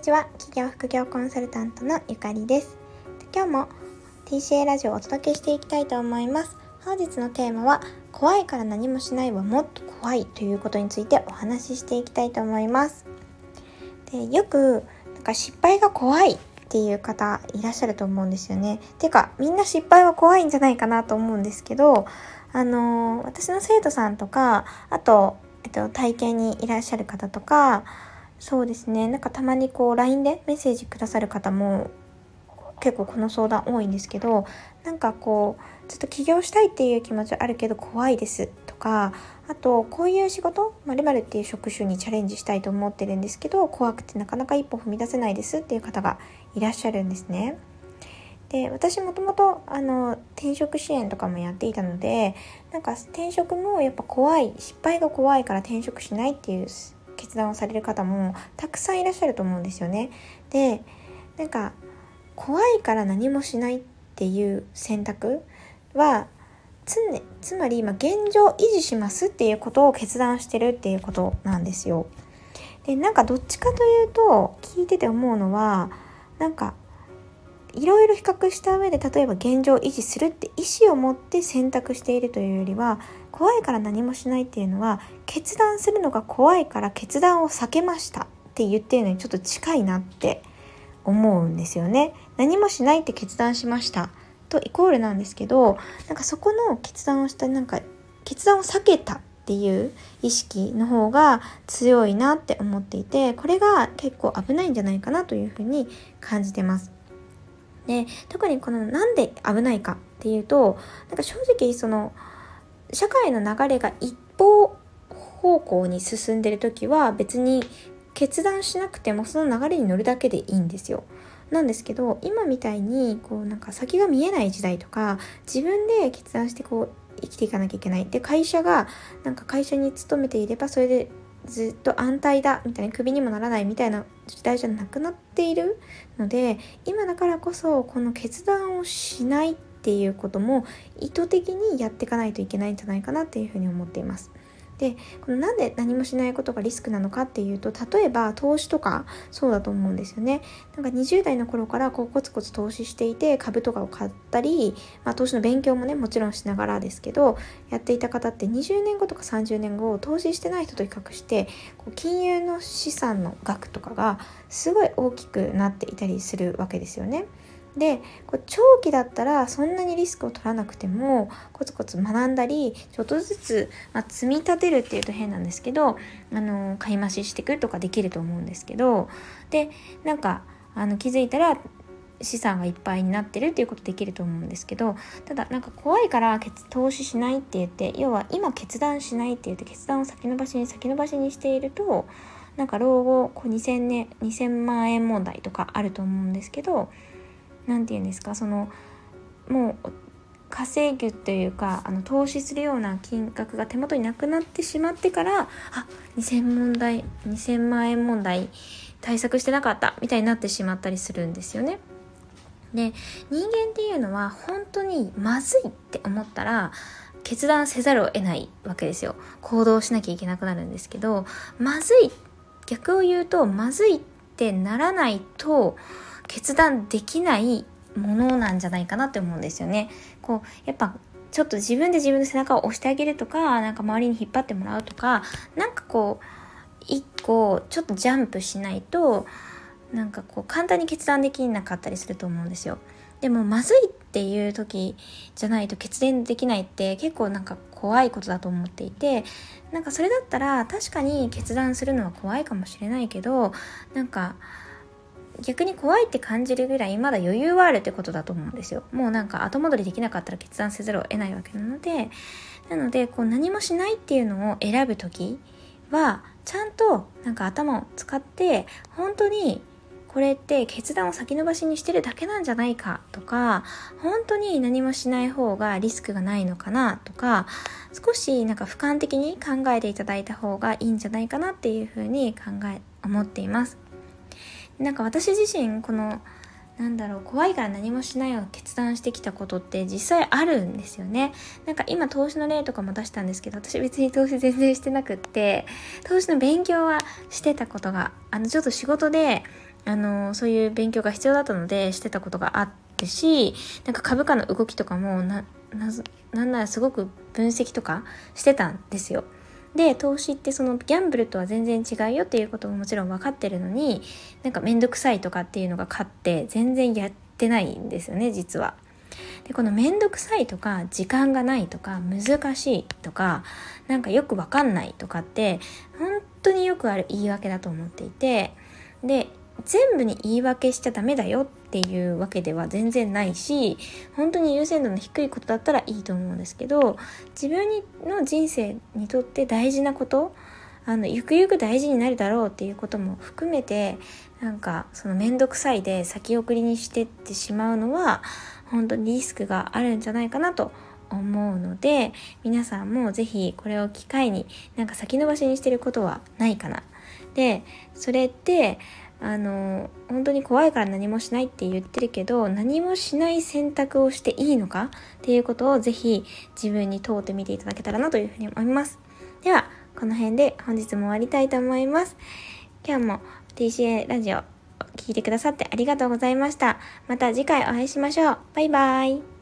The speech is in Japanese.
ちは。企業副業コンサルタントのゆかりです。今日も TCA ラジオをお届けしていきたいと思います。本日のテーマは怖いから何もしないはもっと怖いということについてお話ししていきたいと思います。で、よく失敗が怖いっていう方いらっしゃると思うんですよね。てかみんな失敗は怖いんじゃないかなと思うんですけど、私の生徒さんとか、あと、体験にいらっしゃる方とか、そうですね、たまにLINE でメッセージくださる方も結構この相談多いんですけど、ちょっと起業したいっていう気持ちはあるけど怖いですとか、あとこういう仕事、〇〇っていう職種にチャレンジしたいと思ってるんですけど、怖くてなかなか一歩踏み出せないですっていう方がいらっしゃるんですね。で、私もともと転職支援とかもやっていたので、転職もやっぱ失敗が怖いから転職しないっていう決断をされる方もたくさんいらっしゃると思うんですよね。で、怖いから何もしないっていう選択はつまり今現状維持しますっていうことを決断してるっていうことなんですよ。で、どっちかというと聞いてて思うのは、いろいろ比較した上で、例えば現状維持するって意思を持って選択しているというよりは、怖いから何もしないっていうのは決断するのが怖いから決断を避けましたって言ってるのにちょっと近いなって思うんですよね。何もしないって決断しましたとイコールなんですけど、そこの決断をした決断を避けたっていう意識の方が強いなって思っていて、これが結構危ないんじゃないかなというふうに感じてます。で、特になんで危ないかっていうと、正直社会の流れが一方方向に進んでる時は別に決断しなくてもその流れに乗るだけでいいんですよ。なんですけど、今みたいに先が見えない時代とか、自分で決断して生きていかなきゃいけない。で、会社に勤めていればそれでずっと安泰だみたいな、クビにもならないみたいな時代じゃなくなっているので、今だからこそこの決断をしないっていうことも意図的にやっていかないといけないんじゃないかなっていうふうに思っています。で、なんで何もしないことがリスクなのかっていうと、例えば投資とかそうだと思うんですよね。20代の頃からコツコツ投資していて、株とかを買ったり、投資の勉強もね、もちろんしながらですけどやっていた方って、20年後とか30年後投資してない人と比較して金融の資産の額とかがすごい大きくなっていたりするわけですよね。で、長期だったらそんなにリスクを取らなくてもコツコツ学んだり、ちょっとずつ、積み立てるっていうと変なんですけど、買い増ししていくとかできると思うんですけど、で、気づいたら資産がいっぱいになってるっていうことできると思うんですけど、ただ怖いから投資しないって言って、要は今決断しないって言って決断を先延ばしにしていると、老後2000万円問題とかあると思うんですけど、もう稼ぐというか、投資するような金額が手元になくなってしまってから、2000万円問題対策してなかったみたいになってしまったりするんですよね。で、人間っていうのは本当にまずいって思ったら決断せざるを得ないわけですよ。行動しなきゃいけなくなるんですけど、逆を言うとまずいってならないと決断できないものなんじゃないかなって思うんですよね。やっぱちょっと自分で自分の背中を押してあげるとか、周りに引っ張ってもらうとか、一個ちょっとジャンプしないと簡単に決断できなかったりすると思うんですよ。でもまずいっていう時じゃないと決断できないって結構怖いことだと思っていて、それだったら確かに決断するのは怖いかもしれないけど、逆に怖いって感じるぐらいまだ余裕はあるってことだと思うんですよ。もう後戻りできなかったら決断せざるを得ないわけなので、何もしないっていうのを選ぶときはちゃんと頭を使って、本当にこれって決断を先延ばしにしてるだけなんじゃないかとか、本当に何もしない方がリスクがないのかなとか、少し俯瞰的に考えていただいた方がいいんじゃないかなっていうふうに思っています。私自身怖いから何もしないを決断してきたことって実際あるんですよね。今投資の例とかも出したんですけど、私別に投資全然してなくって、投資の勉強はしてたことがちょっと仕事でそういう勉強が必要だったのでしてたことがあってし、なんか株価の動きとかもなんならすごく分析とかしてたんですよ。で、投資ってそのギャンブルとは全然違うよっていうことももちろん分かってるのに、なんかめんどくさいとかっていうのが勝って全然やってないんですよね、実は。で、このめんどくさいとか時間がないとか難しいとかなんかよく分かんないとかって本当によくある言い訳だと思っていて、で、全部に言い訳しちゃダメだよっていうわけでは全然ないし、本当に優先度の低いことだったらいいと思うんですけど、自分の人生にとって大事なこと、ゆくゆく大事になるだろうっていうことも含めて、なんかそのめんどくさいで先送りにしてってしまうのは本当にリスクがあるんじゃないかなと思うので、皆さんもぜひこれを機会になんか先延ばしにしてることはないかな。で、それって本当に怖いから何もしないって言ってるけど、何もしない選択をしていいのかっていうことをぜひ自分に問うてみていただけたらなというふうに思います。ではこの辺で本日も終わりたいと思います。今日も TCA ラジオ聞いてくださってありがとうございました。また次回お会いしましょう。バイバイ。